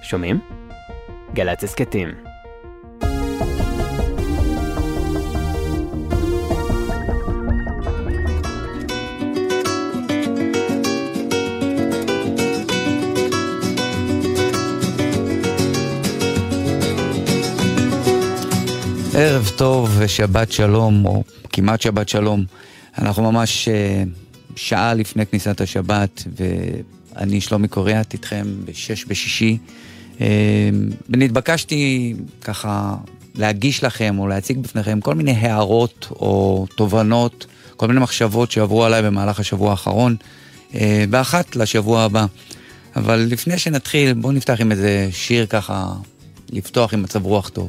שומעים? גל"צ הסכתים. ערב טוב ושבת שלום, או כמעט שבת שלום. אנחנו ממש שעה לפני כניסת השבת, ואני שלומי קוריאט איתכם ב6 בשישי. ונתבקשתי ככה להגיש לכם או להציג בפניכם כל מיני הערות או תובנות, כל מיני מחשבות שעברו עליי במהלך השבוע האחרון, ואחת לשבוע הבא. אבל לפני שנתחיל, בואו נפתח עם איזה שיר ככה, לפתוח עם מצב רוח טוב.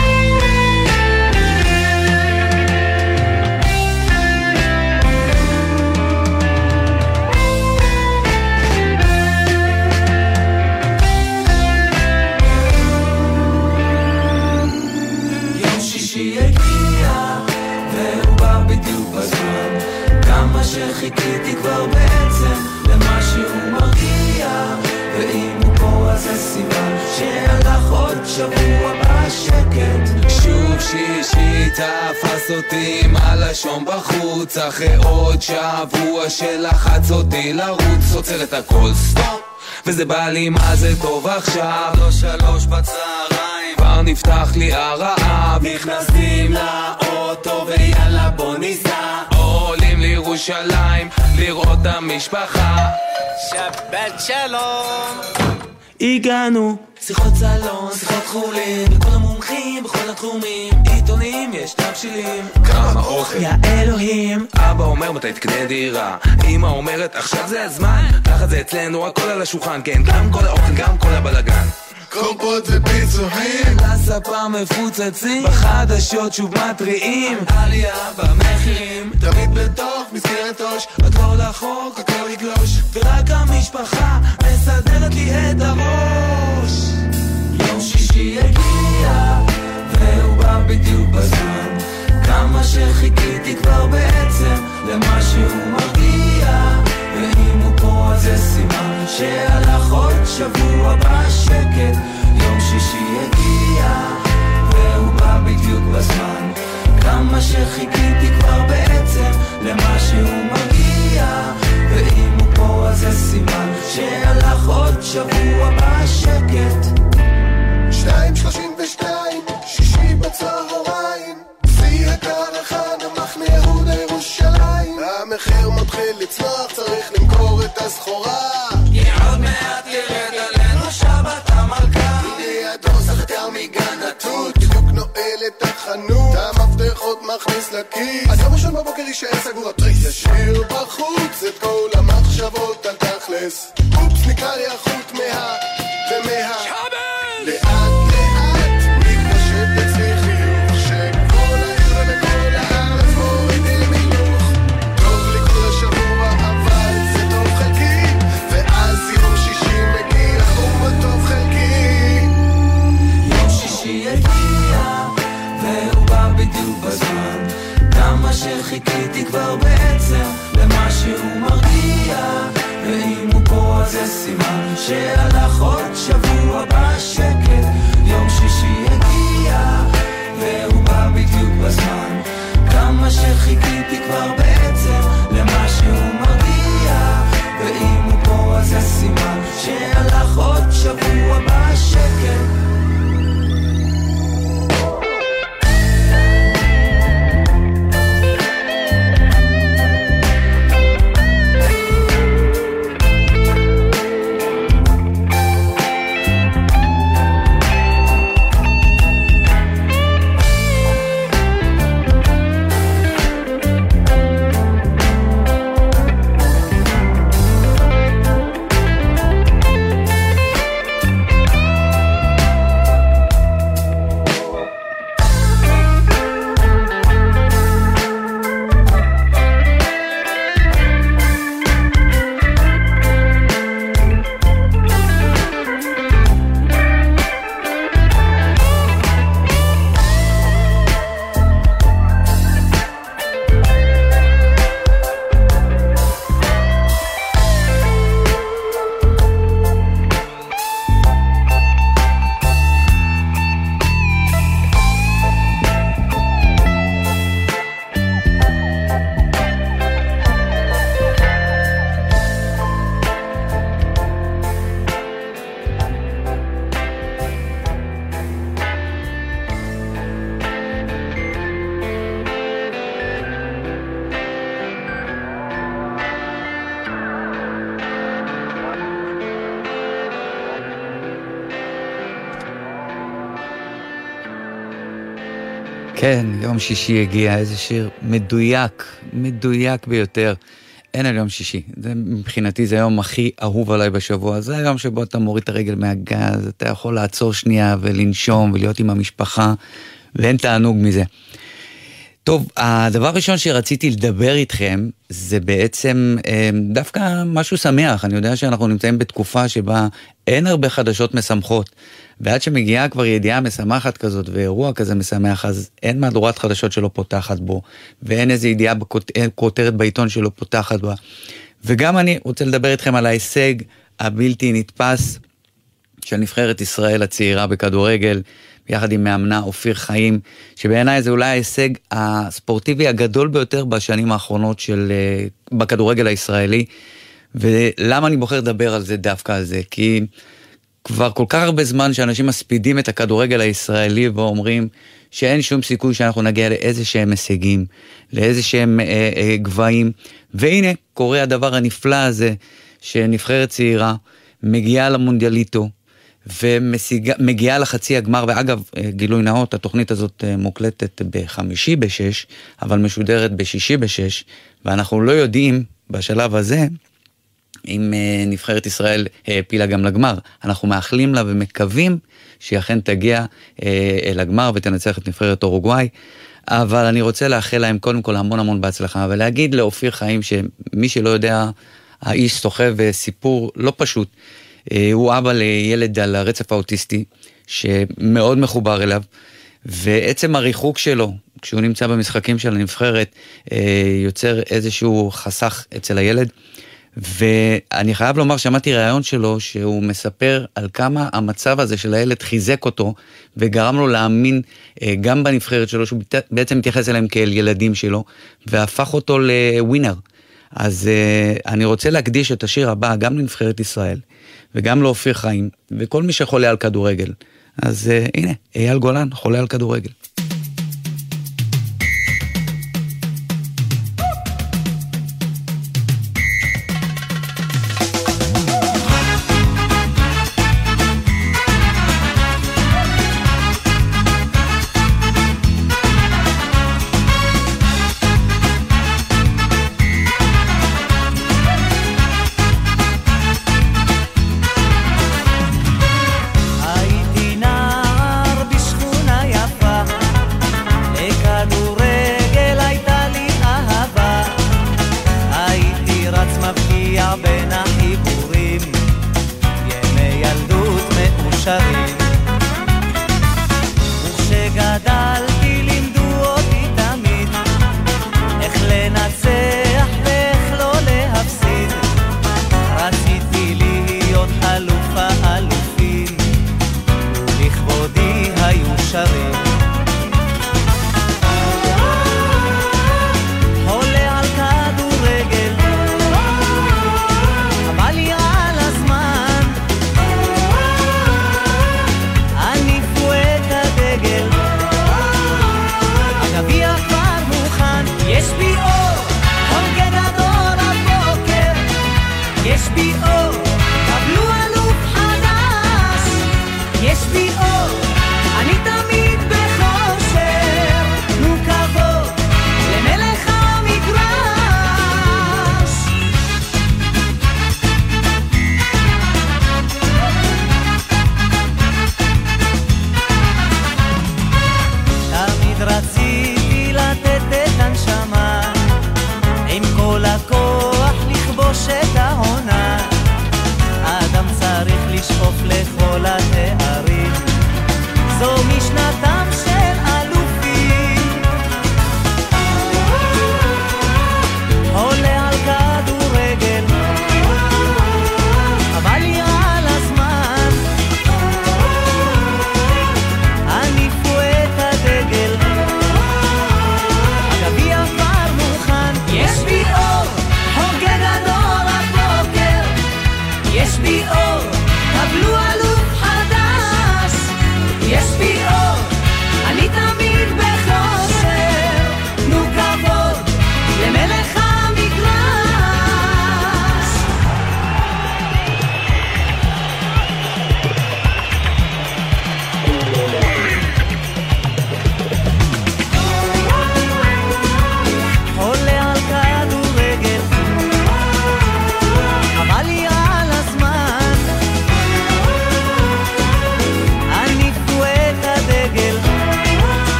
שחיכיתי כבר בעצם למה שהוא מרגיע, ואם הוא פה אז זה סימן שהלך עוד שבוע בשקט. שוב שישי תפס אותי עם הלשון בחוץ, אחרי עוד שבוע שלחץ אותי לרוץ. עוצר את הכל סטופ, וזה בא לי מה זה טוב עכשיו. לא 3 בצהריים כבר נפתח לי הרעב, נכנסים לאוטו ויאללה בוא ניסע, עולים לירושלים לראות המשפחה. שבת שלום. הגענו, שיחות סלון, שיחות חולים, לכל המומחים בכל התחומים, עיתונים יש תבשילים, כמה אוכל, יא אלוהים. אבא אומר מתי תקנה דירה, אמא אומרת עכשיו זה הזמן, ככה זה אצלנו הכל על השולחן, כן, גם כל האוכל גם כל הבלגן, קומפות ופיצוחים, לספה מפוצצים, בחדשות שוב מטריעים, עלייה במחירים, תמיד בתוך מסגרת ראש, הכל לחוק, הכל יגלוש, ורק המשפחה מסדרת לי את הראש. יום שישי הגיע והוא בא בדיוק בזמן, כמה שחיכיתי כבר בעצם למה שהוא מרגיע, ואם הוא פה אז זה סימן שהלך עוד שבוע בשקט. יום שישי הגיע והוא בא בדיוק בזמן, כמה שחיכיתי כבר בעצם למה שהוא מרגיע, ואם הוא פה אז זה סימן שהלך עוד שבוע בשקט. 2:32 שישי בצהריים, שיא הקרחן המחנה יהודה ירושלים, המחיר מתחיל לצמח, צריך למכור את הסחורה, עוד מעט ירד עלינו שבת המלכה, הנה הדור שחקר מגן התות, בדיוק נועל את החנות, המפתחות מכניס לכיס, אז יום ראשון בבוקר יישאר סגור התריס, ישאיר בחוץ את כל המחשבות על תכלס, אופס נקרא לי החוט ומה לאט לאט מתפשט אצלי חיוך, שכל העיר וכל הארץ מורידים הילוך, טוב לי כל השבוע אבל זה טוב חלקי, ואז יום שישי מגיע ובטוב חלקי. יום שישי הגיע והוא בא בדיוק בזמן, כמה שחיכיתי כבר בעצם למה שהוא מרגיע, ואם הוא פה אז זה סימן שהלך עוד שבוע בשקט. יום שישי הגיע והוא בא בדיוק בזמן, כמה שחיכיתי כבר בעצם למה שהוא מרגיע, ואם הוא פה אז זה סימן שהלך עוד שבוע בשקט. כן, יום שישי הגיע, איזה שיר מדויק, מדויק ביותר. אין על יום שישי, זה, מבחינתי זה היום הכי אהוב עליי בשבוע, זה היום שבו אתה מוריד את הרגל מהגז, אתה יכול לעצור שנייה ולנשום ולהיות עם המשפחה, ואין תענוג מזה. טוב, הדבר הראשון שרציתי לדבר איתכם, זה בעצם דווקא משהו שמח. אני יודע שאנחנו נמצאים בתקופה שבה אין הרבה חדשות משמחות, ועד שמגיעה כבר ידיעה משמחת כזאת, ואירוע כזה משמח, אז אין מהדורת חדשות שלא פותחת בו, ואין איזו ידיעה כותרת בעיתון שלא פותחת בה. וגם אני רוצה לדבר איתכם על ההישג הבלתי נתפס של נבחרת ישראל הצעירה בכדורגל, ביחד עם מאמנה אופיר חיים, שבעיניי זה אולי ההישג הספורטיבי הגדול ביותר בשנים האחרונות בכדורגל הישראלי. ולמה אני בוחר לדבר על זה דווקא על זה? כי כבר כל כך הרבה זמן שאנשים מספידים את הכדורגל הישראלי ואומרים שאין שום סיכוי שאנחנו נגיע לאיזה שהם הישגים, לאיזה שהם גבהים. והנה קורה הדבר הנפלא הזה, שנבחרת צעירה מגיעה למונדיאליטו, ומגיעה לחצי הגמר, ואגב, גילוי נאות, התוכנית הזאת מוקלטת בחמישי בשש, אבל משודרת בשישי בשש, ואנחנו לא יודעים בשלב הזה, אם נבחרת ישראל העפילה גם לגמר. אנחנו מאחלים לה ומקווים שהיא אכן תגיע אל הגמר ותנצח את נבחרת אורוגוואי, אבל אני רוצה לאחל להם קודם כל המון המון בהצלחה, ולהגיד לאופיר חיים שמי שלא יודע, האיש סוחב סיפור לא פשוט, הוא אבא לילד על הרצף האוטיסטי, שמאוד מחובר אליו, ועצם הריחוק שלו, כשהוא נמצא במשחקים של הנבחרת, יוצר איזשהו חסך אצל הילד, ואני חייב לומר, שמעתי רעיון שלו, שהוא מספר על כמה המצב הזה של הילד חיזק אותו, וגרם לו להאמין גם בנבחרת שלו, שהוא בעצם מתייחס אליהם כאל ילדים שלו, והפך אותו לווינר. אז אני רוצה להקדיש את השיר הבא גם לנבחרת ישראל, וגם לאופיר חיים, וכל מי שחולה על כדורגל. אז הנה, אייל גולן חולה על כדורגל. יש בי אור,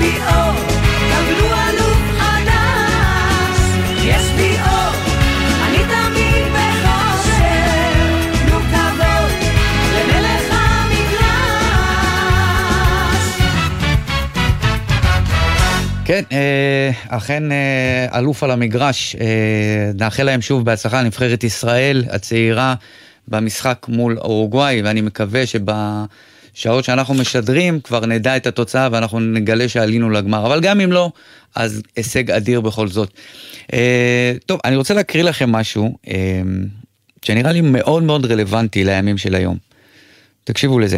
בי אור, קבלו אלוף חדש. יש בי אור, אני תמיד בחושר, תנו כבוד למלך המגרש. כן, אכן אלוף על המגרש. נאחל להם שוב בהצלחה לנבחרת ישראל הצעירה במשחק מול אורוגוואי, ואני מקווה שבשעות שאנחנו משדרים כבר נדע את התוצאה ואנחנו נגלה שעלינו לגמר, אבל גם אם לא, אז הישג אדיר בכל זאת. טוב, אני רוצה להקריא לכם משהו שנראה לי מאוד מאוד רלוונטי לימים של היום. תקשיבו לזה.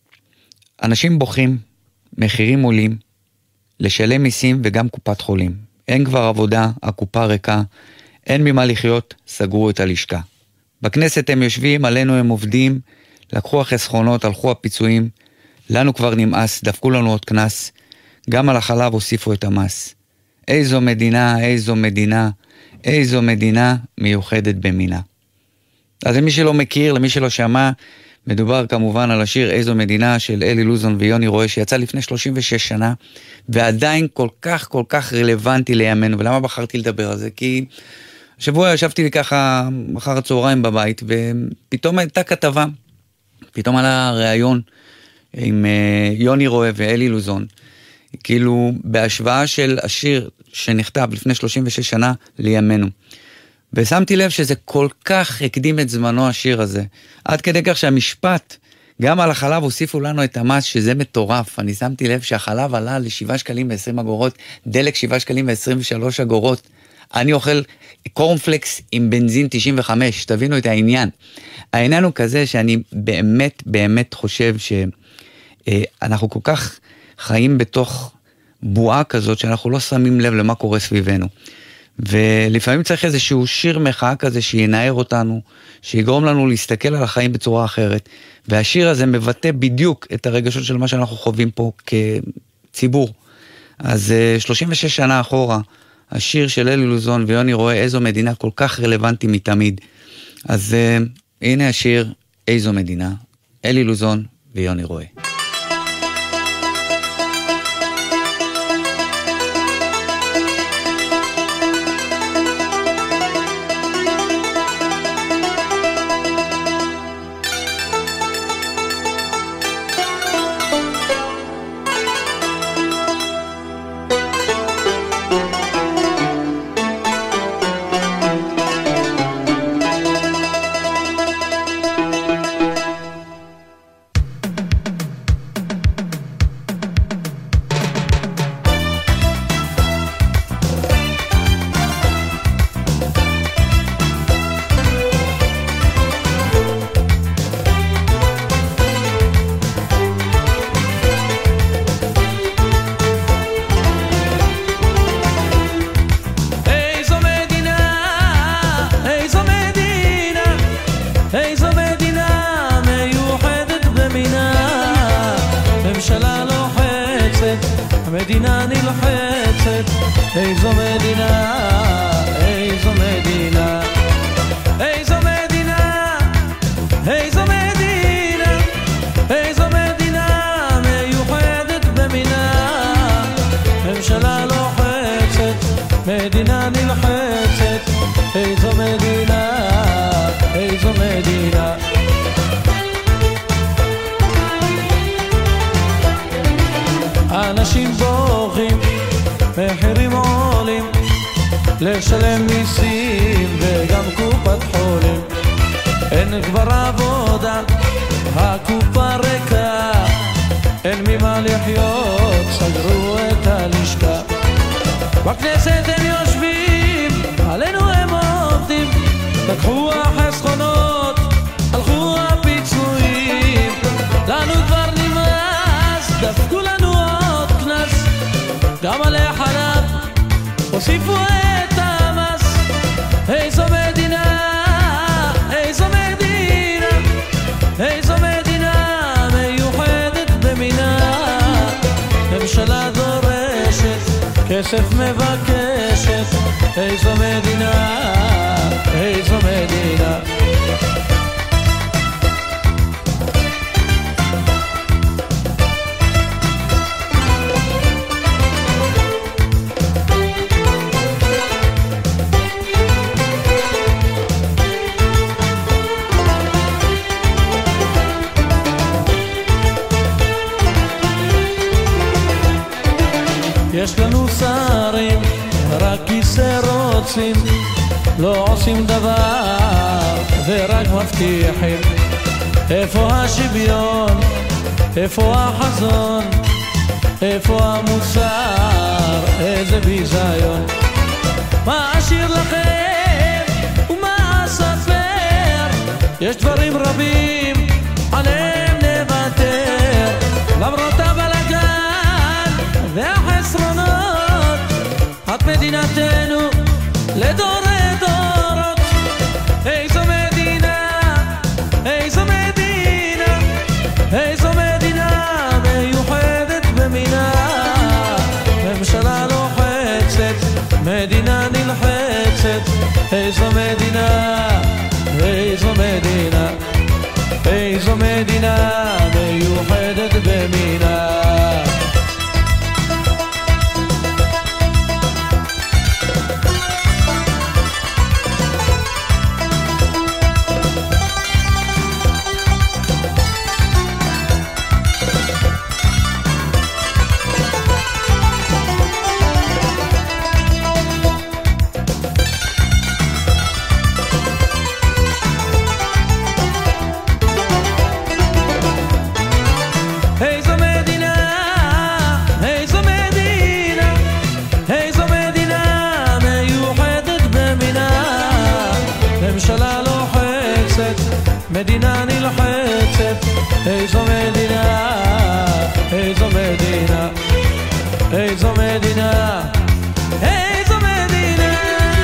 אנשים בוכים, מחירים עולים, לשלם מיסים וגם קופת חולים. אין כבר עבודה, הקופה ריקה, אין ממה לחיות, סגרו את הלשכה. בכנסת הם יושבים, עלינו הם עובדים, לקחו החסכונות, הלכו הפיצויים, לנו כבר נמאס, דפקו לנו עוד כנס, גם על החלב הוסיפו את המס. איזו מדינה, איזו מדינה, איזו מדינה מיוחדת במינה. אז למי שלא מכיר, למי שלא שמע, מדובר כמובן על השיר איזו מדינה של אלי לוזון ויוני רואה, שיצא לפני 36 שנה, ועדיין כל כך רלוונטי לימינו. ולמה בחרתי לדבר על זה? כי השבוע ישבתי לי ככה אחר הצהריים בבית, ופתאום הייתה כתבה, פתאום עלה ראיון עם יוני רואה ואלי לוזון, כאילו בהשוואה של השיר שנכתב לפני 36 שנה לימינו. ושמתי לב שזה כל כך הקדים את זמנו השיר הזה, עד כדי כך שהמשפט, גם על החלב הוסיפו לנו את המס, שזה מטורף. אני שמתי לב שהחלב עלה ל7 שקלים ו20 אגורות, דלק 7 שקלים ו23 אגורות. אני אוכל קורנפלקס עם בנזין 95, תבינו את העניין. העניין הוא כזה שאני באמת חושב שאנחנו כל כך חיים בתוך בועה כזאת, שאנחנו לא שמים לב למה קורה סביבנו. ולפעמים צריך איזשהו שיר מחאה כזה שינער אותנו, שיגרום לנו להסתכל על החיים בצורה אחרת. והשיר הזה מבטא בדיוק את הרגשות של מה שאנחנו חווים פה כציבור. אז 36 שנה אחורה, השיר של אלי לוזון ויוני רואה איזו מדינה כל כך רלוונטי מתמיד. אז הנה השיר איזו מדינה, אלי לוזון ויוני רואה. המדינה נלחצת, איזו מדינה, איזו מדינה, איזו מדינה, איזו מדינה, איזו מדינה מיוחדת במינה. ממשלה לוחצת, מדינה נלחצת, איזו מדינה, איזו מדינה. אנשים בוכים, מחירים עולים, לשלם מיסים וגם קופת חולים. אין כבר עבודה, הקופה ריקה, אין ממה לחיות, סגרו את הלשכה. בכנסת הם יושבים, עלינו הם עובדים, לקחו החסכונות, הלכו הפיצויים. לנו כבר נמאס, דפקו לנו גם על החלב הוסיפו את המס. איזו מדינה, איזו מדינה, איזו מדינה מיוחדת במינה. ממשלה דורשת, כסף מבקשת, איזו מדינה, איזו מדינה. יש לנו שרים, רק כיסא רוצים, לא עושים דבר ורק מבטיחים. איפה השוויון? איפה החזון? איפה המוסר? איזה ביזיון. מה אשאיר לכם ומה אספר? יש דברים רבים עליהם נוותר, למרות הבלגן והחסרונות, את מדינתנו לדורי דורות. איזו מדינה, איזו מדינה, איזו מדינה מיוחדת במינה. ממשלה לוחצת, מדינה נלחצת. איזו מדינה, איזו מדינה, איזו מדינה מיוחדת במינה. מדינה נלחצת. איזו מדינה, איזו מדינה, איזו מדינה, איזו מדינה.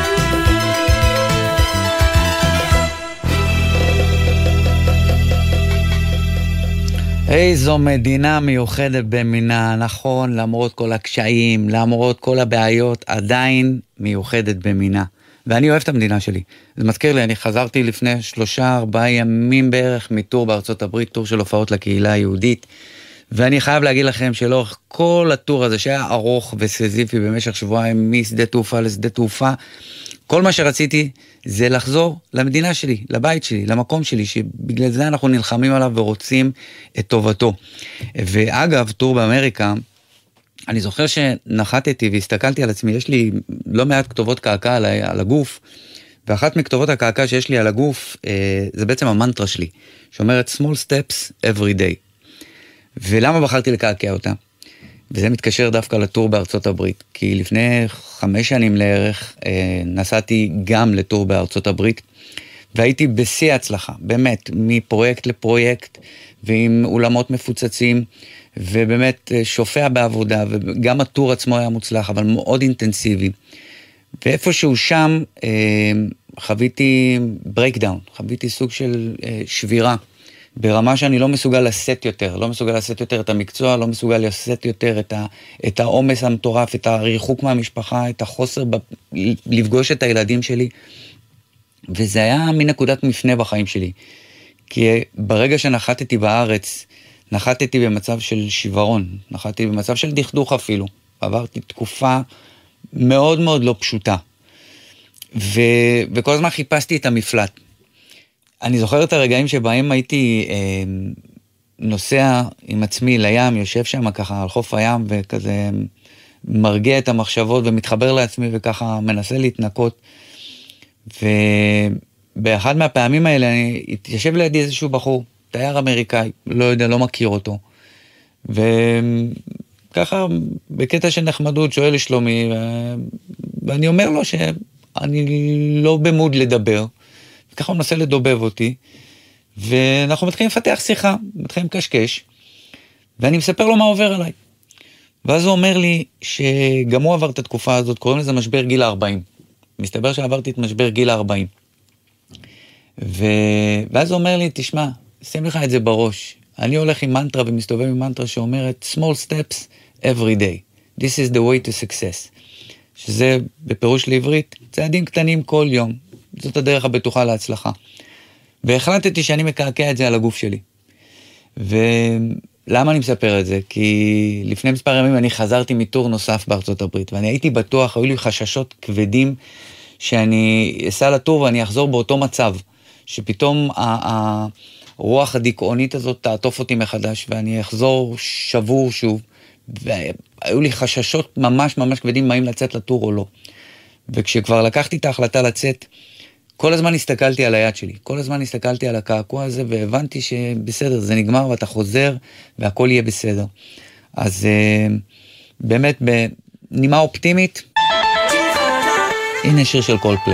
איזו מדינה מיוחדת במינה. נכון, למרות כל הקשיים, למרות כל הבעיות, עדיין מיוחדת במינה. ואני אוהב את המדינה שלי. זה מזכיר לי, אני חזרתי לפני 3-4 ימים בערך מטור בארצות הברית, טור של הופעות לקהילה היהודית, ואני חייב להגיד לכם שלאורך כל הטור הזה, שהיה ארוך וסזיפי במשך שבועיים, משדה תעופה לשדה תעופה, כל מה שרציתי זה לחזור למדינה שלי, לבית שלי, למקום שלי, שבגלל זה אנחנו נלחמים עליו ורוצים את טובתו. ואגב, טור באמריקה, אני זוכר שנחתתי והסתכלתי על עצמי, יש לי לא מעט כתובות קעקע על הגוף, ואחת מכתובות הקעקע שיש לי על הגוף, זה בעצם המנטרה שלי, שאומרת small steps every day. ולמה בחרתי לקעקע אותה? וזה מתקשר דווקא לטור בארצות הברית, כי לפני 5 שנים לערך נסעתי גם לטור בארצות הברית, והייתי בשיא הצלחה, באמת, מפרויקט לפרויקט, ועם אולמות מפוצצים, ובאמת שופע בעבודה, וגם הטור עצמו היה מוצלח, אבל מאוד אינטנסיבי. ואיפשהו שם חוויתי ברייקדאון, חוויתי סוג של שבירה, ברמה שאני לא מסוגל לשאת יותר, לא מסוגל לשאת יותר את המקצוע, לא מסוגל לשאת יותר את העומס המטורף, את הריחוק מהמשפחה, את החוסר לפגוש את הילדים שלי, וזה היה מנקודת מפנה בחיים שלי. כי ברגע שנחתתי בארץ, נחתתי במצב של שברון, נחתתי במצב של דכדוך אפילו, עברתי תקופה מאוד מאוד לא פשוטה, וכל הזמן חיפשתי את המפלט. אני זוכר את הרגעים שבהם הייתי נוסע עם עצמי לים, יושב שם ככה על חוף הים, וכזה מרגיע את המחשבות ומתחבר לעצמי וככה מנסה להתנקות, ובאחד מהפעמים האלה אני התיישב לידי איזשהו בחור, תייר אמריקאי, לא יודע, לא מכיר אותו, וככה בקטע של נחמדות שואל לשלומי, ואני אומר לו שאני לא במוד לדבר, וככה הוא מנסה לדובב אותי, ואנחנו מתחילים לפתח שיחה, מתחילים קשקש, ואני מספר לו מה עובר עליי. ואז הוא אומר לי שגם הוא עבר את התקופה הזאת, קוראים לזה משבר גיל 40. מסתבר שעברתי את משבר גיל 40. ואז הוא אומר לי, תשמע, שים לך את זה בראש. אני הולך עם מנטרה ומסתובב עם מנטרה שאומרת, small steps every day. This is the way to success. שזה בפירוש לעברית, צעדים קטנים כל יום. זאת הדרך הבטוחה להצלחה. והחלטתי שאני מקעקע את זה על הגוף שלי. ולמה אני מספר את זה? כי לפני מספר ימים אני חזרתי מטור נוסף בארצות הברית, ואני הייתי בטוח, היו לי חששות כבדים, שאני אסע לטור ואני אחזור באותו מצב, שפתאום הרוח הדיכאונית הזאת תעטוף אותי מחדש, ואני אחזור שבור שוב, והיו לי חששות ממש ממש כבדים, מה אם לצאת לטור או לא. וכשכבר לקחתי את ההחלטה לצאת, כל הזמן הסתכלתי על היד שלי, כל הזמן הסתכלתי על הקעקוע הזה, והבנתי שבסדר, זה נגמר, ואתה חוזר, והכל יהיה בסדר. אז באמת, בנימה אופטימית, הנה שיר של קולדפליי.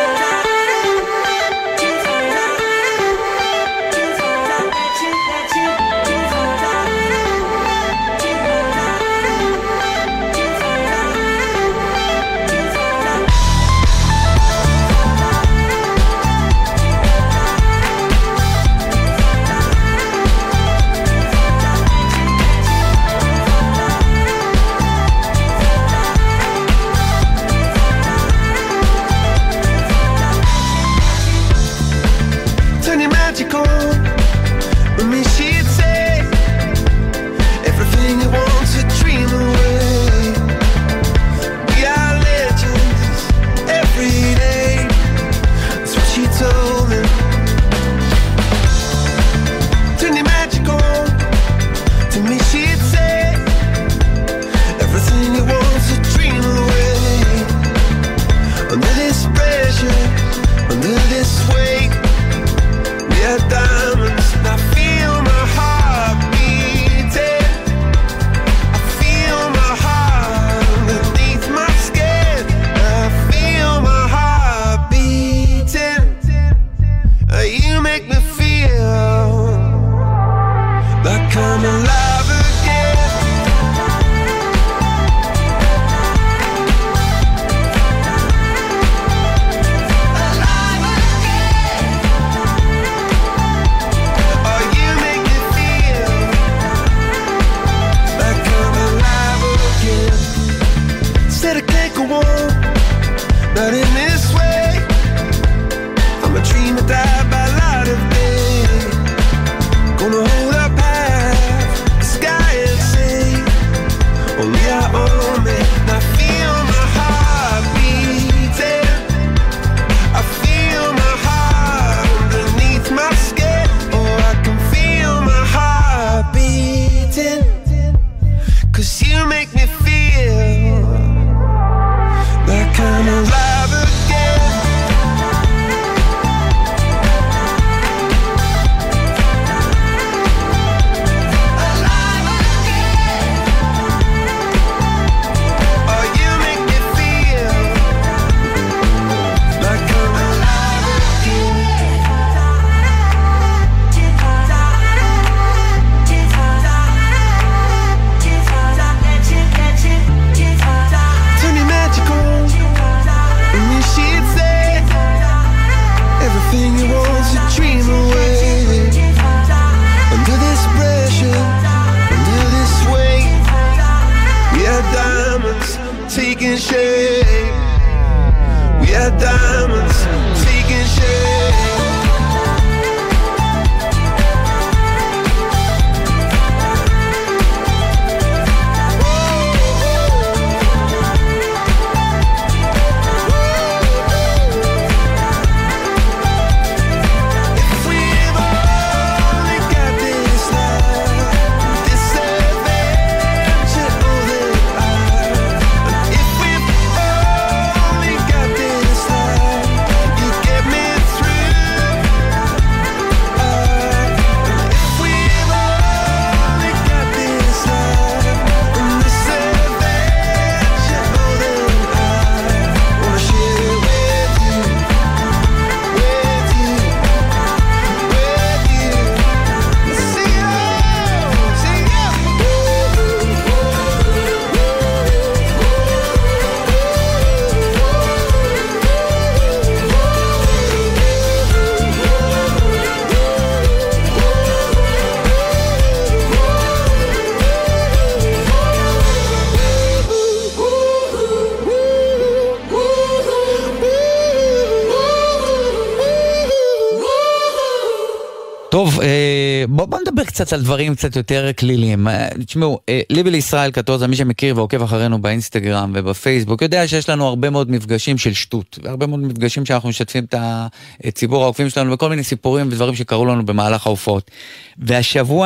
טוב, בוא נדבר קצת על דברים קצת יותר כליליים. תשמעו, לי ולישראל קטוזה, מי שמכיר ועוקב אחרינו באינסטגרם ובפייסבוק, יודע שיש לנו הרבה מאוד מפגשים של שטות, והרבה מאוד מפגשים שאנחנו משתפים את הציבור העוקבים שלנו, וכל מיני סיפורים ודברים שקרו לנו במהלך ההופעות. והשבוע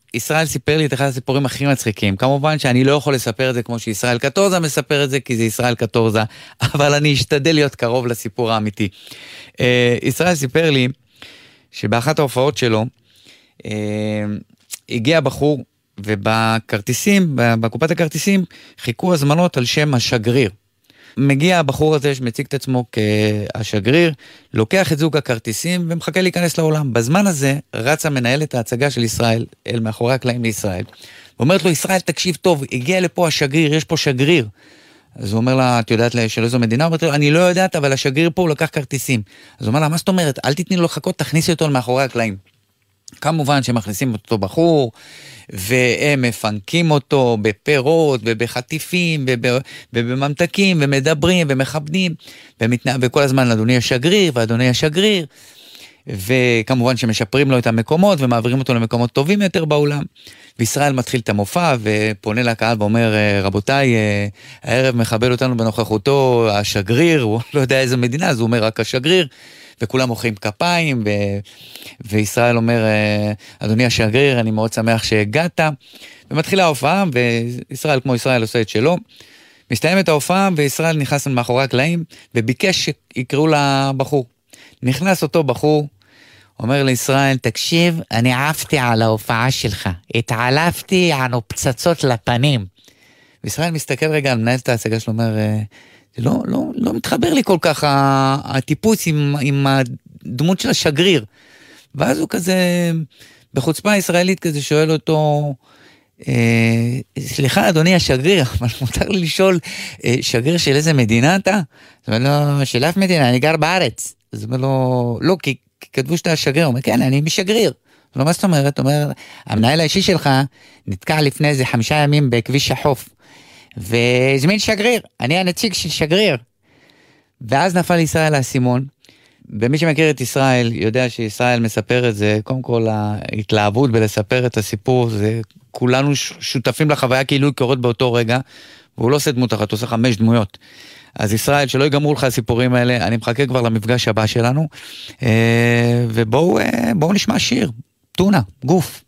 ישראל סיפר לי את אחד הסיפורים הכי מצחיקים. כמובן שאני לא יכול לספר את זה כמו שישראל קטורזה מספר את זה, כי זה ישראל קטורזה, אבל אני אשתדל להיות קרוב לסיפור האמיתי. ישראל סיפר לי שבאחת ההופעות שלו, הגיע בחור, ובכרטיסים, בקופת הכרטיסים, חיכו הזמנות על שם השגריר. מגיע הבחור הזה שמציג את עצמו כשגריר, לוקח את זוג הכרטיסים ומחכה להיכנס לעולם. בזמן הזה רצה מנהלת ההצגה של ישראל אל מאחורי הקלעים לישראל. ואומרת לו, ישראל, תקשיב טוב, הגיע לפה השגריר, יש פה שגריר. אז הוא אומר לה, את יודעת של איזו מדינה? הוא אומר, אני לא יודעת, אבל השגריר פה הוא לקח כרטיסים. אז הוא אומר לה, מה זאת אומרת? אל תתני לו לחכות, תכניסי אותו מאחורי הקלעים. כמובן שמכניסים אותו בחור, והם מפנקים אותו בפירות ובחטיפים ובממתקים ומדברים ומכבדים וכל הזמן אדוני השגריר ואדוני השגריר, וכמובן שמשפרים לו את המקומות ומעבירים אותו למקומות טובים יותר בעולם. וישראל מתחיל את המופע ופונה לקהל ואומר, רבותיי, הערב מכבד אותנו בנוכחותו השגריר, הוא לא יודע איזה מדינה, אז הוא אומר רק השגריר, וכולם מוחאים כפיים, וישראל אומר, אדוני השגריר, אני מאוד שמח שהגעת, ומתחילה ההופעה, וישראל כמו ישראל עושה את שלו, מסתיימת ההופעה, וישראל נכנס מאחורי הקלעים, וביקש שיקראו לבחור. נכנס אותו בחור, אומר לישראל, תקשיב, אני עפתי על ההופעה שלך, התעלפתי, ענו פצצות לפנים. וישראל מסתכל רגע על מנהלת ההצגה שלו, אומר, לא מתחבר לי כל כך הטיפוס עם הדמות של השגריר. ואז הוא כזה, בחוצפה הישראלית כזה שואל אותו, סליחה אדוני השגריר, אבל מותר לי לשאול, שגריר של איזה מדינה אתה? זאת אומרת לו, של אף מדינה, אני גר בארץ. אז הוא אומר לו, לא, כי כתבו שאתה השגריר. הוא אומר, כן, אני משגריר. לא, מה זאת אומרת? הוא אומר, המנהל האישי שלך נתקע לפני איזה 5 ימים בכביש החוף. והזמין שגריר, אני הנציג של שגריר. ואז נפל ישראל האסימון, ומי שמכיר את ישראל יודע שישראל מספר את זה, קודם כל ההתלהבות בלספר את הסיפור, זה כולנו שותפים לחוויה כאילו היא קורית באותו רגע, והוא לא עושה דמות אחת, הוא עושה 5 דמויות. אז ישראל, שלא יגמרו לך הסיפורים האלה, אני מחכה כבר למפגש הבא שלנו, ובואו נשמע שיר, טונה, גוף.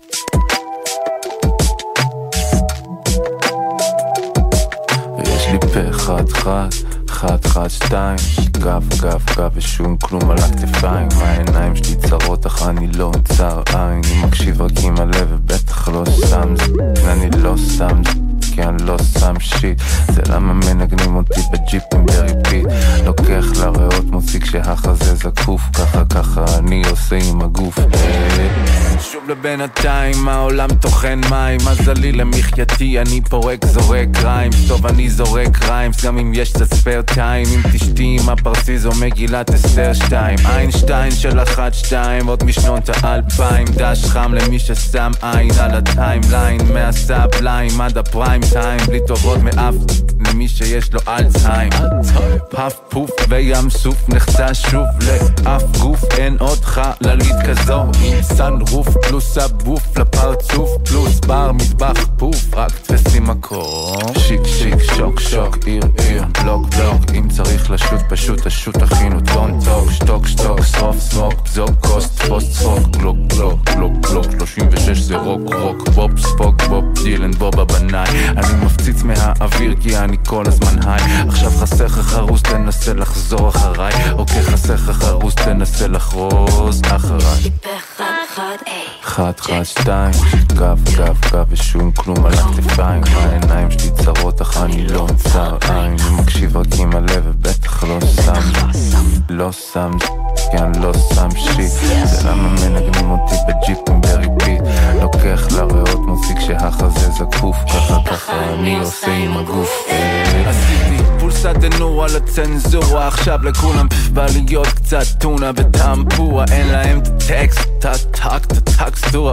לי פה אחד, 2 גב, ושום כלום על הכתפיים העיניים שלי צרות אך אני לא צר עין אני מקשיב רק עם הלב ובטח לא שם אני לא שם כי אני לא שם שיט זה למה מנגנים אותי בג'יפים בריפיט לוקח לריאות מוסיק שהחזה זקוף ככה אני עושה עם הגוף שוב לבינתיים העולם תוכן מים מזלי למחייתי אני פורק זורק ריימס טוב אני זורק ריימס גם אם יש קצת ספר טיים אם תשתי עם הפרסיז או מגילת אסתר 2 איינשטיין של 1-2 עוד משנות ה-2000 דש חם למי ששם עין על הטיימליין מהסאבליין עד הפריים טיים בלי טובות מאף למי שיש לו אלצהיים פף פוף וים סוף נחצה שוב לאף גוף אין עוד חללית כזו עם סן רוף פלוס הבוף לפרצוף פלוס בר מטבח פוף רק תפסים מקור שיק שוק עיר בלוק אם צריך לשוט פשוט השוט הכינו טון טוק שטוק סרוף סמוק בזוק קוסט פוסט צחוק גלוק 36 זה רוק בוב ספוק בוב דילן בובה בנאי אני מפציץ מהאוויר כי אני כל הזמן היי עכשיו חסך חרוס תנסה לחזור אחריי אוקיי חסך חרוס תנסה לחרוז אחריי אחד, 2 גב ושום כלום על הכתפיים העיניים שלי צרות אך אני לא צר עין אני מקשיב רק עם הלב ובטח לא שם כי אני לא שם שיט זה למה מנגנים אותי בג'יפים בריפיט לוקח לריאות מוסיק שהחזה זקוף ככה אני עושה עם הגוף עשיתי פולסת דנור על הצנזורה עכשיו לכולם בא להיות קצת טונה וטמפורה אין להם את הטקסט טקסטורה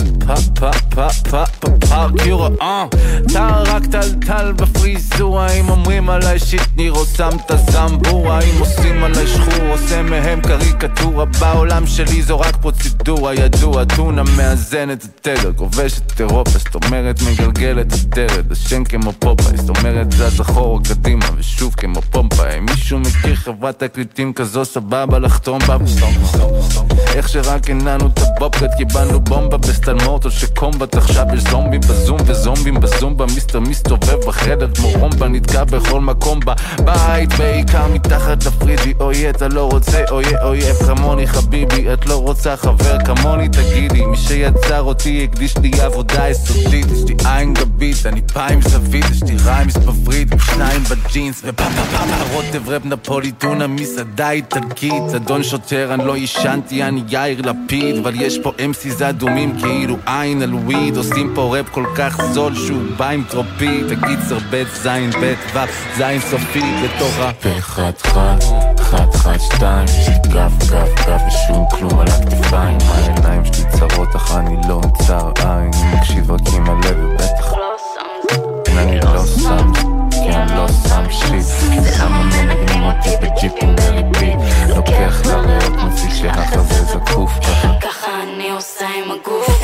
פארקיורה אתה רק טלטל בפריזורה אם אומרים עליי שיט נירו שם את הזמבורה אם עושים עליי שחור עושה מהם קריקטורה בעולם שלי זו רק פרוצדורה ידוע טונה מאזנת את תדר כובשת אירופה זאת אומרת מגלגלת את תרד השן כמו פופאי זאת אומרת זה זכור קדימה ושוב כמו פומפאי מישהו מכיר חברת תקליטים כזו סבבה לחתום בה איך שרק עיניי לנו את הבובקט, קיבלנו בומבה בסטלמוט או שקומבת, עכשיו יש זומבים בזום וזומבים בזומבה, מיסטר מסתובב בחדר כמו רומבה, נתקע בכל מקום בבית, בעיקר מתחת לפריג'י, אוי אתה לא רוצה אויב כמוני חביבי, את לא רוצה חבר כמוני, תגידי מי שיצר אותי הקדיש לי עבודה יסודית, יש לי עין גבית, אני פיים זווית, יש לי ריימס בברית, שניים בג'ינס רוטב רב נפוליטונה, מסעדה איטלקית, אדון שוטר, אני לא ישנתי, אני יאיר לפיד, אבל יש פה אמסיס אדומים כאילו עין על וויד, עושים פה רב כל כך זול שהוא בא עם טרופית, הקיצר בית זין בית ו' זין סופי בתוך אחד שתיים, גב ושום כלום על הכתפיים, העיניים שלי צרות אך אני לא מצר עין, אני מקשיב רק עם הלב ובטח אני לא שם, כי אני לא שם שיט, כמה מנגנים אותי בג'יפים בריבית, לוקח לראות מוציא שהחזה זקוף, ככה אני עושה עם הגוף.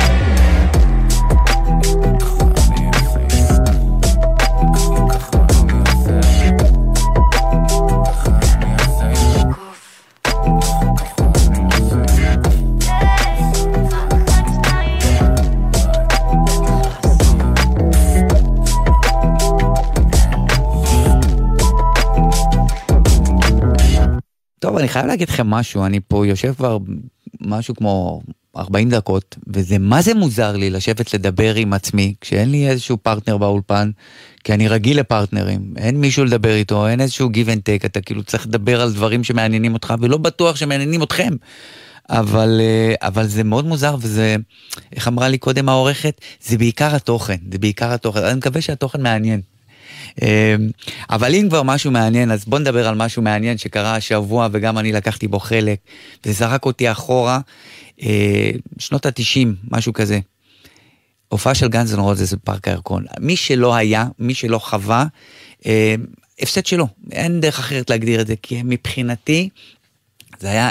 טוב, אני חייב להגיד לכם משהו, אני פה יושב כבר משהו כמו 40 דקות, וזה מה זה מוזר לי לשבת לדבר עם עצמי, כשאין לי איזשהו פרטנר באולפן, כי אני רגיל לפרטנרים, אין מישהו לדבר איתו, אין איזשהו give and take, אתה כאילו צריך לדבר על דברים שמעניינים אותך, ולא בטוח שמעניינים אתכם, אבל זה מאוד מוזר, וזה, איך אמרה לי קודם העורכת, זה בעיקר התוכן, אני מקווה שהתוכן מעניין. אבל אם כבר משהו מעניין, אז בוא נדבר על משהו מעניין שקרה השבוע וגם אני לקחתי בו חלק, וזה זרק אותי אחורה, שנות ה-90, משהו כזה. הופעה של גאנז אנד רוזס בפארק הירקון. מי שלא היה, מי שלא חווה, הפסד שלו. אין דרך אחרת להגדיר את זה, כי מבחינתי זה היה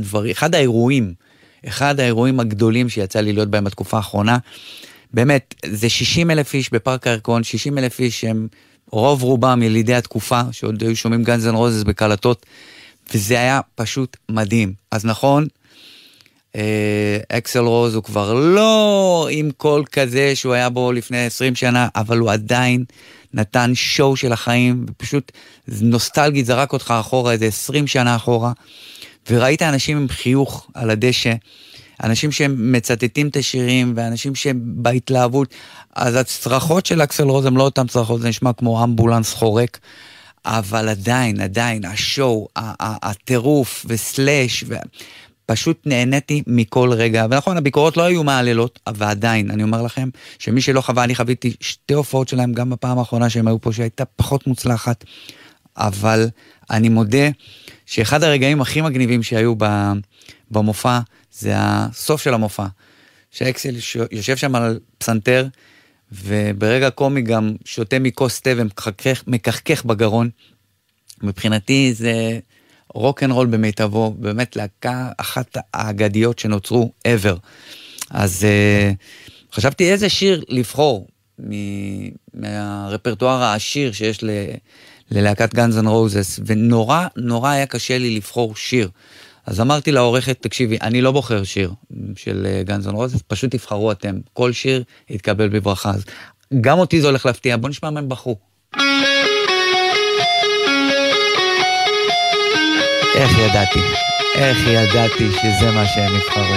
אחד האירועים הגדולים שיצא לי להיות בהם בתקופה האחרונה. באמת, זה 60,000 איש בפארק הירקון, 60,000 איש שהם רוב רובם ילידי התקופה, שעוד היו שומעים גאנז אנד רוזס בקלטות, וזה היה פשוט מדהים. אז נכון, אקסל רוז הוא כבר לא עם קול כזה שהוא היה בו לפני 20 שנה, אבל הוא עדיין נתן שואו של החיים, ופשוט נוסטלגית זרק אותך אחורה, איזה 20 שנה אחורה, וראית אנשים עם חיוך על הדשא, אנשים שהם מצטטים את השירים, ואנשים שהם בהתלהבות, אז הצרחות של אקסל רוז הם לא אותם צרחות, זה נשמע כמו אמבולנס חורק, אבל עדיין, השואו, הטירוף וסלאש, פשוט נהניתי מכל רגע, ונכון, הביקורות לא היו מעללות, אבל עדיין, אני אומר לכם, שמי שלא חווה, אני חוויתי 2 הופעות שלהם, גם בפעם האחרונה שהם היו פה, שהייתה פחות מוצלחת, אבל אני מודה, שאחד הרגעים הכי מגניבים שהיו במופע, זה הסוף של המופע, שאקסל יושב שם על פסנתר, וברגע קומי גם שותה מכוס תה ומקחקך בגרון. מבחינתי זה רוק אנד רול במיטבו, באמת להקה אחת האגדיות שנוצרו ever. אז חשבתי איזה שיר לבחור מהרפרטואר העשיר שיש ללהקת גאנז אנד רוזס, ונורא היה קשה לי לבחור שיר. אז אמרתי לעורכת, תקשיבי, אני לא בוחר שיר של גאנז אנד רוזס, פשוט תבחרו אתם, כל שיר יתקבל בברכה. אז גם אותי זה הולך להפתיע, בוא נשמע מה הם בחרו. איך ידעתי שזה מה שהם יבחרו.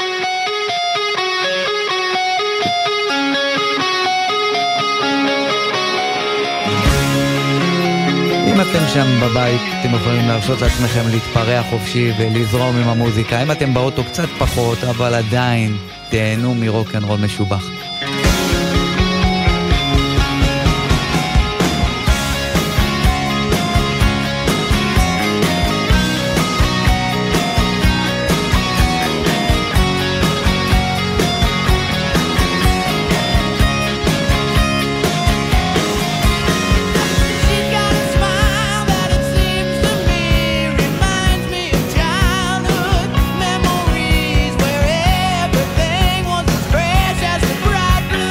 אם אתם שם בבית, אתם יכולים להרשות לעצמכם להתפרע חופשי ולזרום עם המוזיקה. אם אתם באוטו קצת פחות, אבל עדיין תהנו מרוק אנד רול משובח. Memories where everything was as fresh as the bright blue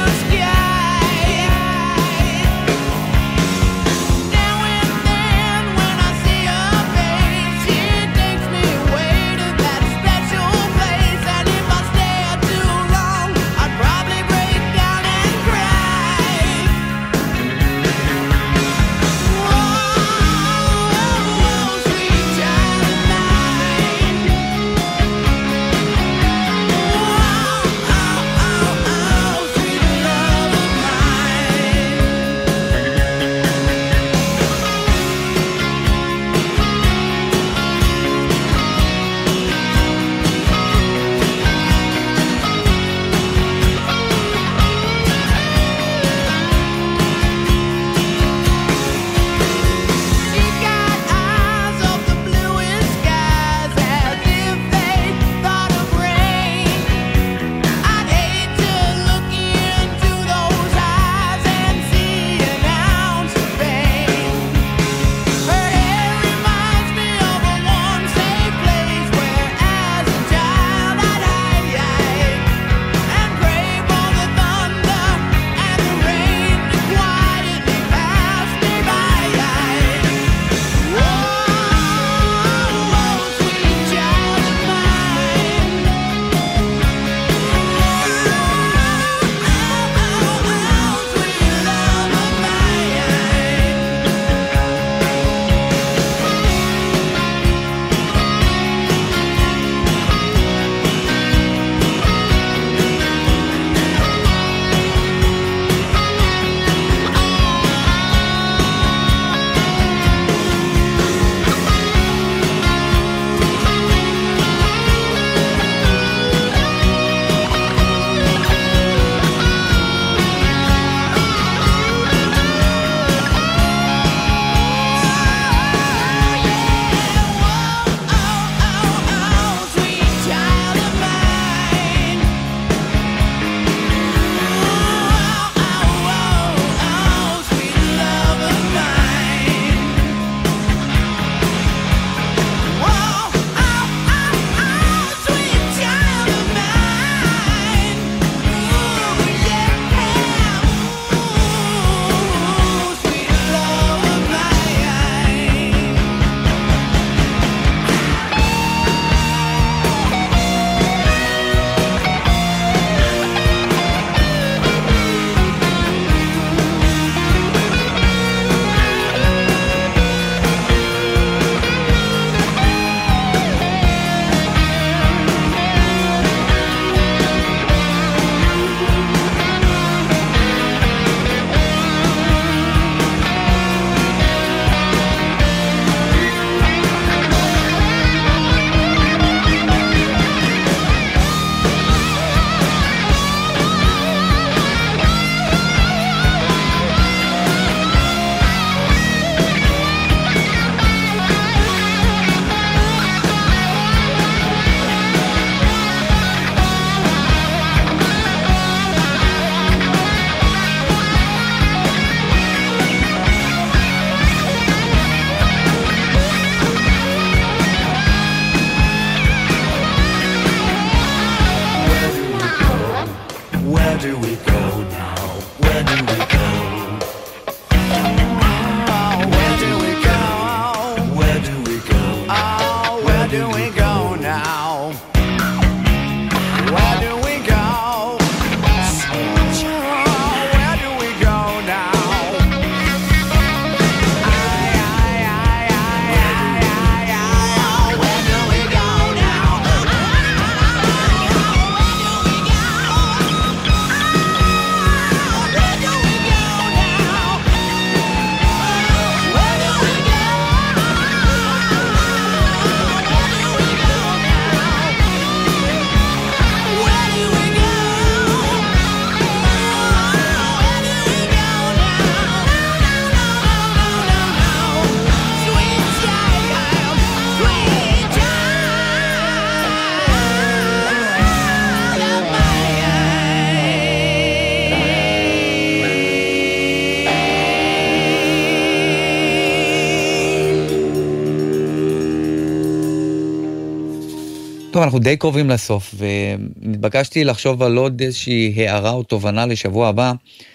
טוב, אנחנו די קרובים לסוף, ונתבקשתי לחשוב על עוד איזושהי הערה או תובנה לשבוע הבא,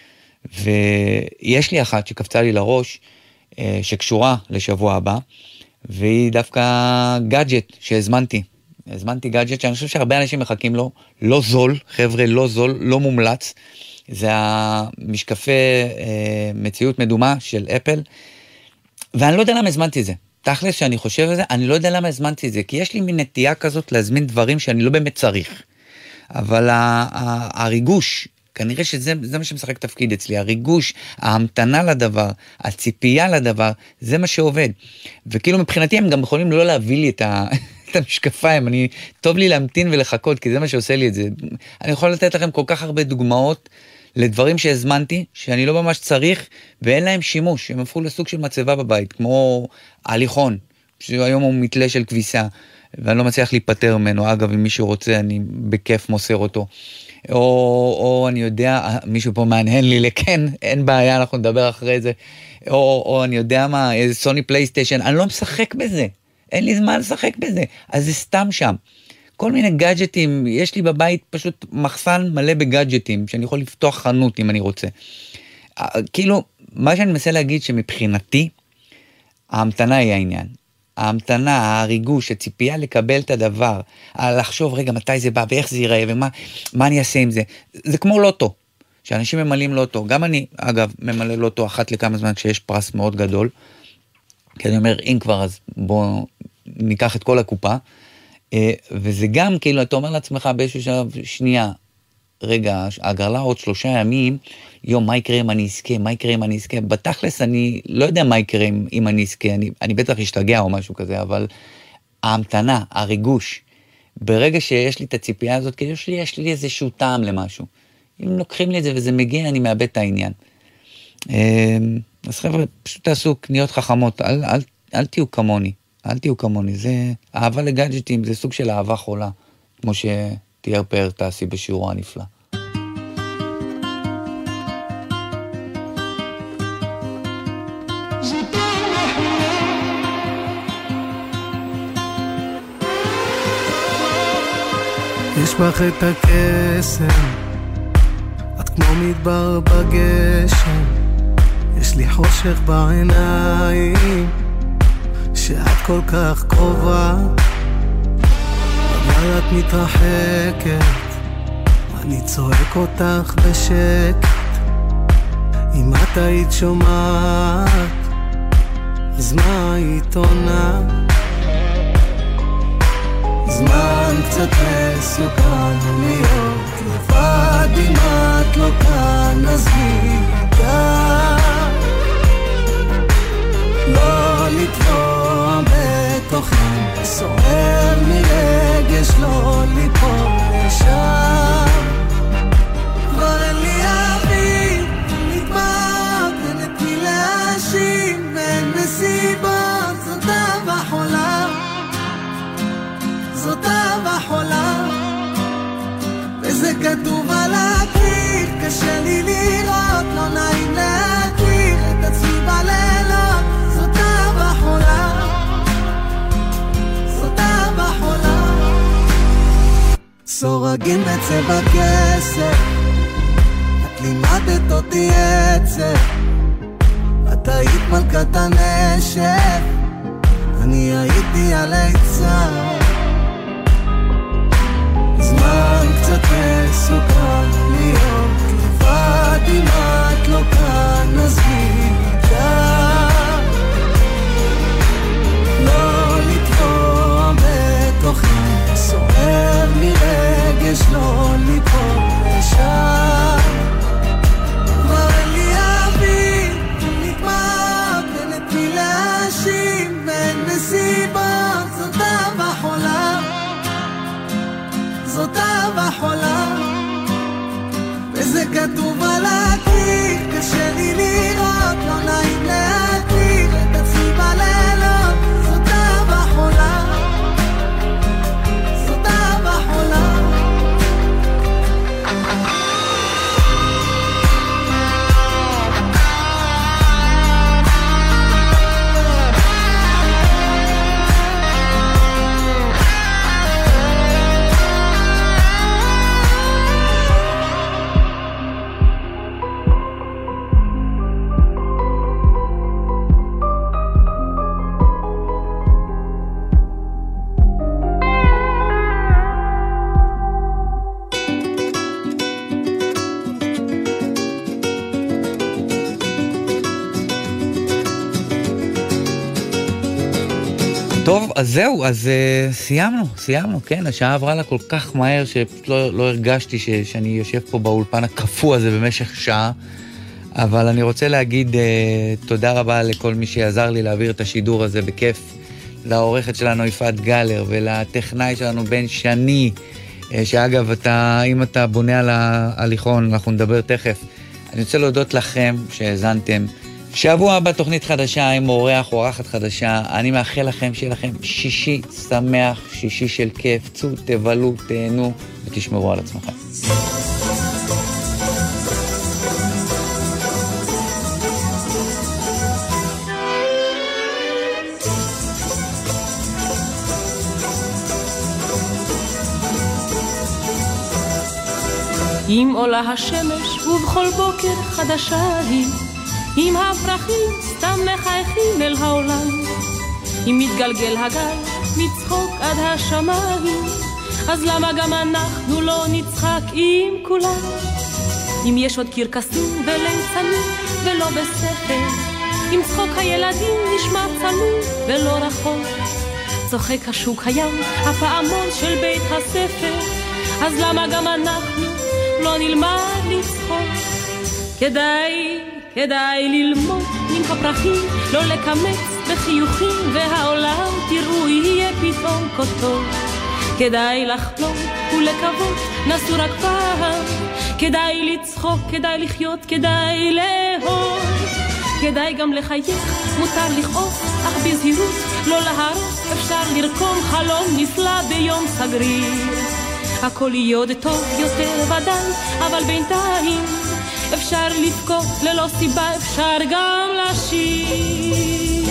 ויש לי אחת שקפצה לי לראש, שקשורה לשבוע הבא, והיא דווקא גאדג'ט שהזמנתי. הזמנתי גאדג'ט שאני חושב שהרבה אנשים מחכים לו, לא זול, חבר'ה, לא זול, לא מומלץ. זה המשקפי מציאות מדומה של אפל, ואני לא יודע למה הזמנתי את זה. תכלס שאני חושב על זה, אני לא יודע למה הזמנתי את זה, כי יש לי מין נטייה כזאת להזמין דברים שאני לא באמת צריך. אבל הריגוש, כנראה שזה מה שמשחק תפקיד אצלי, הריגוש, ההמתנה לדבר, הציפייה לדבר, זה מה שעובד. וכאילו מבחינתי הם גם יכולים לא להביא לי את המשקפיים, טוב לי להמתין ולחכות, כי זה מה שעושה לי את זה. אני יכול לתת לכם כל כך הרבה דוגמאות לדברים שהזמנתי, שאני לא ממש צריך, ואין להם שימוש, הם הפכו לסוג של מצבה בבית, כמו הליכון, שהיום הוא מתלה של כביסה, ואני לא מצליח להיפטר ממנו. אגב, אם מישהו רוצה, אני בכיף מוסר אותו. או אני יודע, מישהו פה מעניין לי לכן, אין בעיה, אנחנו נדבר אחרי זה. או אני יודע מה, איזה סוני פלייסטיישן, אני לא משחק בזה. אין לי זמן לשחק בזה. אז זה סתם שם. כל מיני גאדג'טים, יש לי בבית פשוט מחסן מלא בגאדג'טים, שאני יכול לפתוח חנות אם אני רוצה. כאילו, מה שאני מנסה להגיד שמבחינתי, ההמתנה היא העניין. ההמתנה, הריגוש, הציפייה לקבל את הדבר, לחשוב רגע מתי זה בא ואיך זה ייראה ומה אני אעשה עם זה. זה כמו לוטו, שאנשים ממלאים לוטו. גם אני, אגב, ממלא לוטו אחת לכמה זמן שיש פרס מאוד גדול, כי אני אומר, אם כבר, אז בואו ניקח את כל הקופה, וזה גם כאילו, אתה אומר לעצמך באיזשהו שלב, שנייה, רגע, הגרלה עוד 3 ימים, מה יקרה אם אני אזכה, מה יקרה אם אני אזכה, בתכלס אני לא יודע מה יקרה אם אני אזכה, אני בטח אשתגע או משהו כזה, אבל ההמתנה, הריגוש, ברגע שיש לי את הציפייה הזאת, כאילו יש לי איזשהו טעם למשהו, אם לוקחים לי את זה וזה מגיע, אני מאבד את העניין. אז חבר'ה, פשוט תעשו קניות חכמות, אל תהיו כמוני, אל תהיו כמוני, זה אהבה לגאדג'טים, זה סוג של אהבה חולה, כמו שתיאר פאר תעשי בשיעורו הנפלא. יש בך את הקסם, את כמו מדבר בגשם, יש לי חושך בעיניים, שאת כל כך קרובה, אבל את מתרחקת, אני צועק אותך בשקט, אם את היית שומעת, אז מה היית עונה? זמן קצת מסוכן להיות לבד, אם את לא כאן אז מי ידע, לא לטבוע בתוכן, סוער מרגש לא ליפול לשם, כבר אין לי אוויר, נדמק אין לי להאשים, אין נסיבות, זאת אהבה חולה, זאת אהבה חולה, וזה כתוב על הקיר, קשה לי לראות, לא נעים להכיר את עצמי בלילות, זאת אהבה חולה, זאת אהבה חולה, סורגים בצבע כסף, את לימדת אותי עצב, את היית מלכת הנשף, אני הייתי על היצר, זמן קצת מסוכן להיות לבד, אם את לא כאן אז מי ידע, לא לטבוע בתוכן, סוער מרגש לא ליפול לשם, כבר אין לי אוויר, נדמק אין את מי להאשים, אין נסיבות, זאת אהבה חולה, זאת אהבה חולה, טוב, אז זהו, אז סיימנו, כן, השעה עברה לה כל כך מהר שפשוט לא הרגשתי שאני יושב פה באולפן הקפוא הזה במשך שעה, אבל אני רוצה להגיד תודה רבה לכל מי שיעזר לי להעביר את השידור הזה בכיף, לעורכת שלנו יפעת גלר ולטכנאי שלנו בן שני, שאגב, אם אתה בונה על ההליכון, אנחנו נדבר תכף. אני רוצה להודות לכם שהאזנתם. שבוע הבא תוכנית חדשה עם אורח או אורחת חדשה. אני מאחל לכם שיהיה לכם שישי שמח, שישי של כיף, צאו, תבלו, תהנו ותשמרו על עצמכם. אם עולה השמש ובכל בוקר חדשה היא, אם הפרחים סתם מחייכים אל העולם, אם מתגלגל הגל מצחוק עד השמיים, אז למה גם אנחנו לא נצחק עם כולם? אם יש עוד קרקסים וליצנים ולא בספר, אם צחוק הילדים נשמע צלול ולא רחוק, צוחק השוק הים, הפעמון של בית הספר, אז למה גם אנחנו לא נלמד לצחוק? כדאי ללמוד מן הפרחים, לא לקמץ בחיוכים, והעולם תראו יהיה פתאום כה טוב. כדאי לחלום ולקוות, נסו רק פעם, כדאי לצחוק, כדאי לחיות, כדאי לאהוב, כדאי גם לחייך, מותר לכעוס, אך בזהירות, לא להרוס, אפשר לרקום חלום נפלא ביום סגריר. הכל יהיה עוד טוב יותר ודאי, אבל בינתיים אפשר לבכות ללא סיבה, אפשר גם לשיר.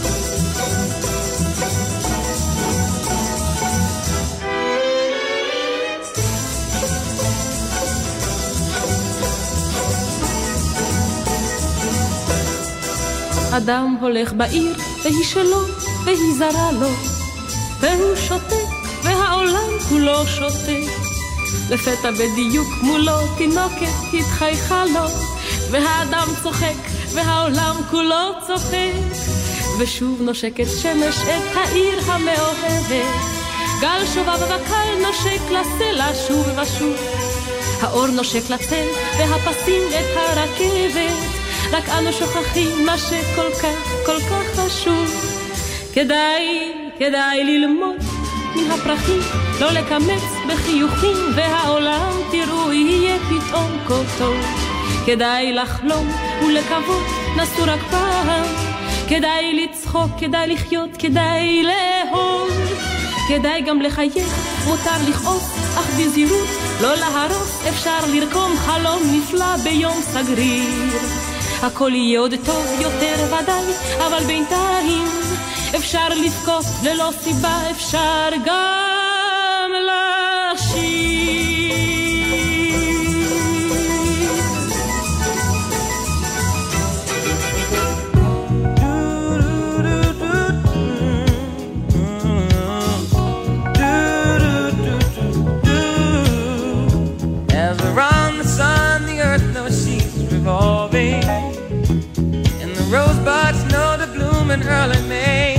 אדם הולך בעיר והיא שלו והיא זרה לו, והוא שותק והעולם כולו שותק. לפתע בדיוק מולו תינוקת התחייכה לו, והאדם צוחק והעולם כולו צוחק. ושוב נושקת שמש את העיר המאוהבת, גל שובב וקל נושק לסלע שוב ושוב, האור נושק לצל והפסים את הרכבת, רק אנו שוכחים מה שכל כך חשוב. כדאי ללמוד מן הפרחים, לא לקמץ בחיוכים, והעולם תראו יהיה פתאום כה טוב. כדאי לחלום ולקוות, נסו רק פעם, כדאי לצחוק, כדאי לחיות, כדאי לאהוב, כדאי גם לחייך, מותר לכעוס, אך בזהירות, לא להרוס, אפשר לרקום חלום נפלא ביום סגריר. הכל יהיה עוד טוב יותר ודאי, אבל בינתיים אפשר לבכות ללא סיבה, אפשר גם לשיר. As around the sun the earth knows she's revolving, and the rosebuds know to bloom in early May.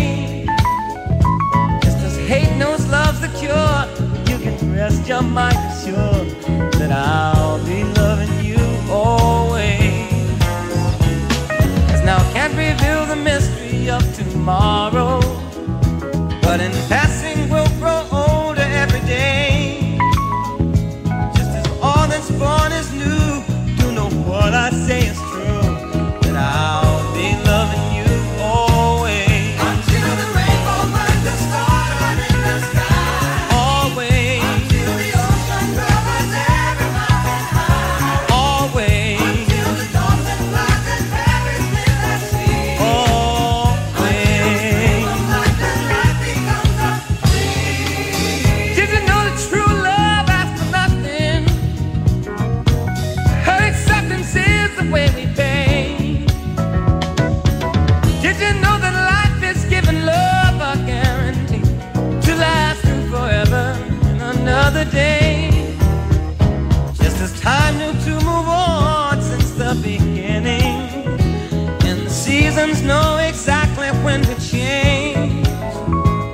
Hate knows love's the cure. You can rest your mind assured that I'll be loving you always. As now can't reveal the mystery of tomorrow, but in passing we'll grow older every day. Just as all that's born is new, do know what I say is true, that I'll be loving you always. Until the rainbow burns the star, another day. Just as time knew to move on since the beginning, and the seasons know exactly when to change.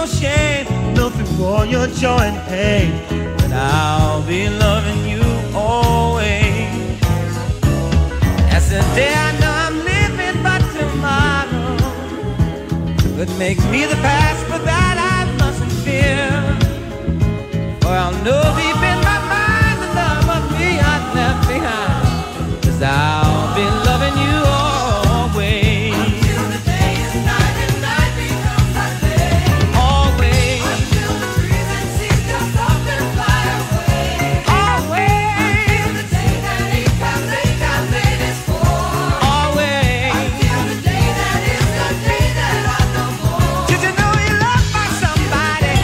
no shame, nothing for your joy and pain. But I'll be loving you always. That's the day I know I'm living, but tomorrow could make me the past, but that I mustn't fear. For I'll know deep in my mind the love of me I've left behind. 'Cause I'll be loving you always. Until the day is night and night becomes a day. Always. Until the trees and seas just up and fly away. Always. Until the day that incarnate is for. Always. Until the day that is the day that I know more. Did you know you loved by somebody?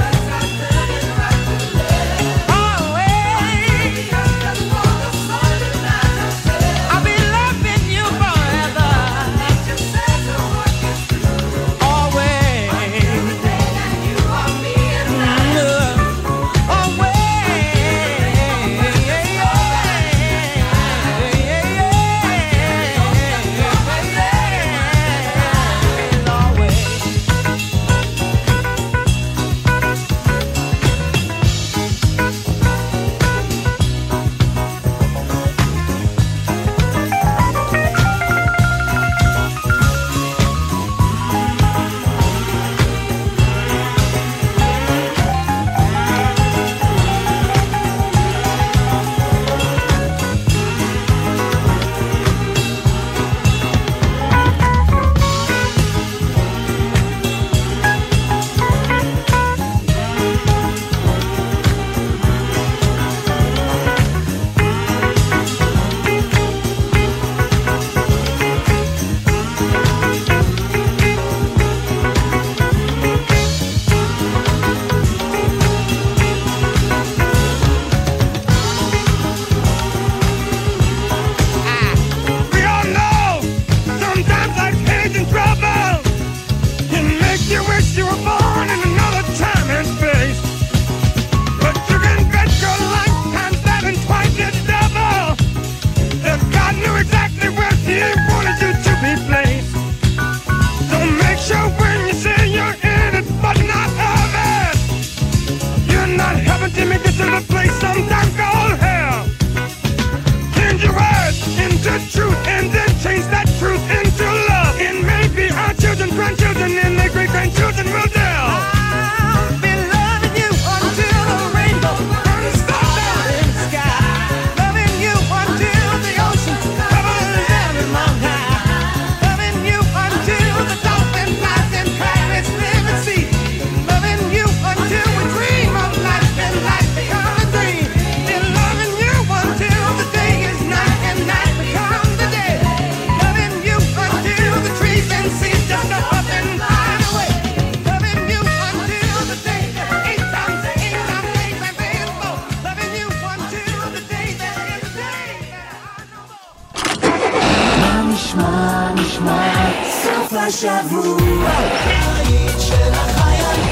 השבוע היית של החיילים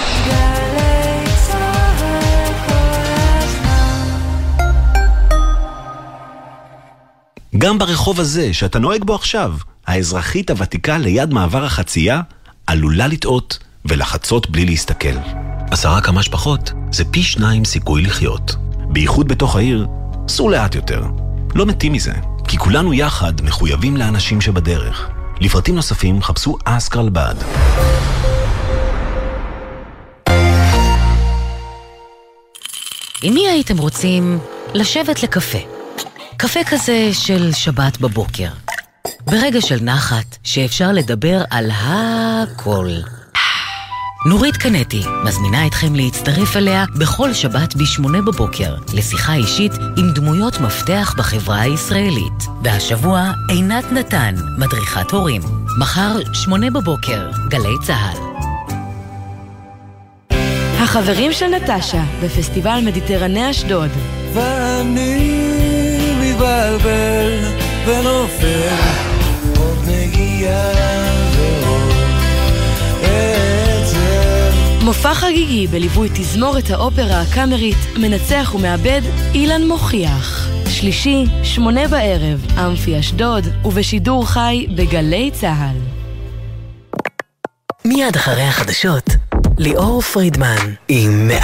גלי צהל כל הזמן. גם ברחוב הזה שאתה נוהג בו עכשיו, האזרחית הוותיקה ליד מעבר החצייה עלולה לטעות ולחצות בלי להסתכל. 10 קמ"ש פחות זה פי 2 סיכוי לחיות. בייחוד בתוך העיר, סעו לאט יותר. לא מתים מזה, כי כולנו יחד מחויבים לאנשים שבדרך. לפרטים נוספים חפשו אסקרלבד. עם מי הייתם רוצים לשבת לקפה? קפה כזה של שבת בבוקר. ברגע של נחת שאפשר לדבר על הכל. נורית קנטי מזמינה אתכם להצטרף אליה בכל שבת ב8 בבוקר לשיחה אישית עם דמויות מפתח בחברה הישראלית. והשבוע עינת נתן, מדריכת הורים. מחר 8 בבוקר, גלי צהל. החברים של נטשה בפסטיבל מדיטרני אשדוד. ואני מתבלבל ונופל עוד נגיעה ועוד מופע חגיגי בליווי תזמורת האופרה הקאמרית מנצח ומאבד אילן מוכיח. שלישי, 8 בערב, אמפי אשדוד ובשידור חי בגלי צהל. מיד אחרי החדשות ליאור פרידמן עם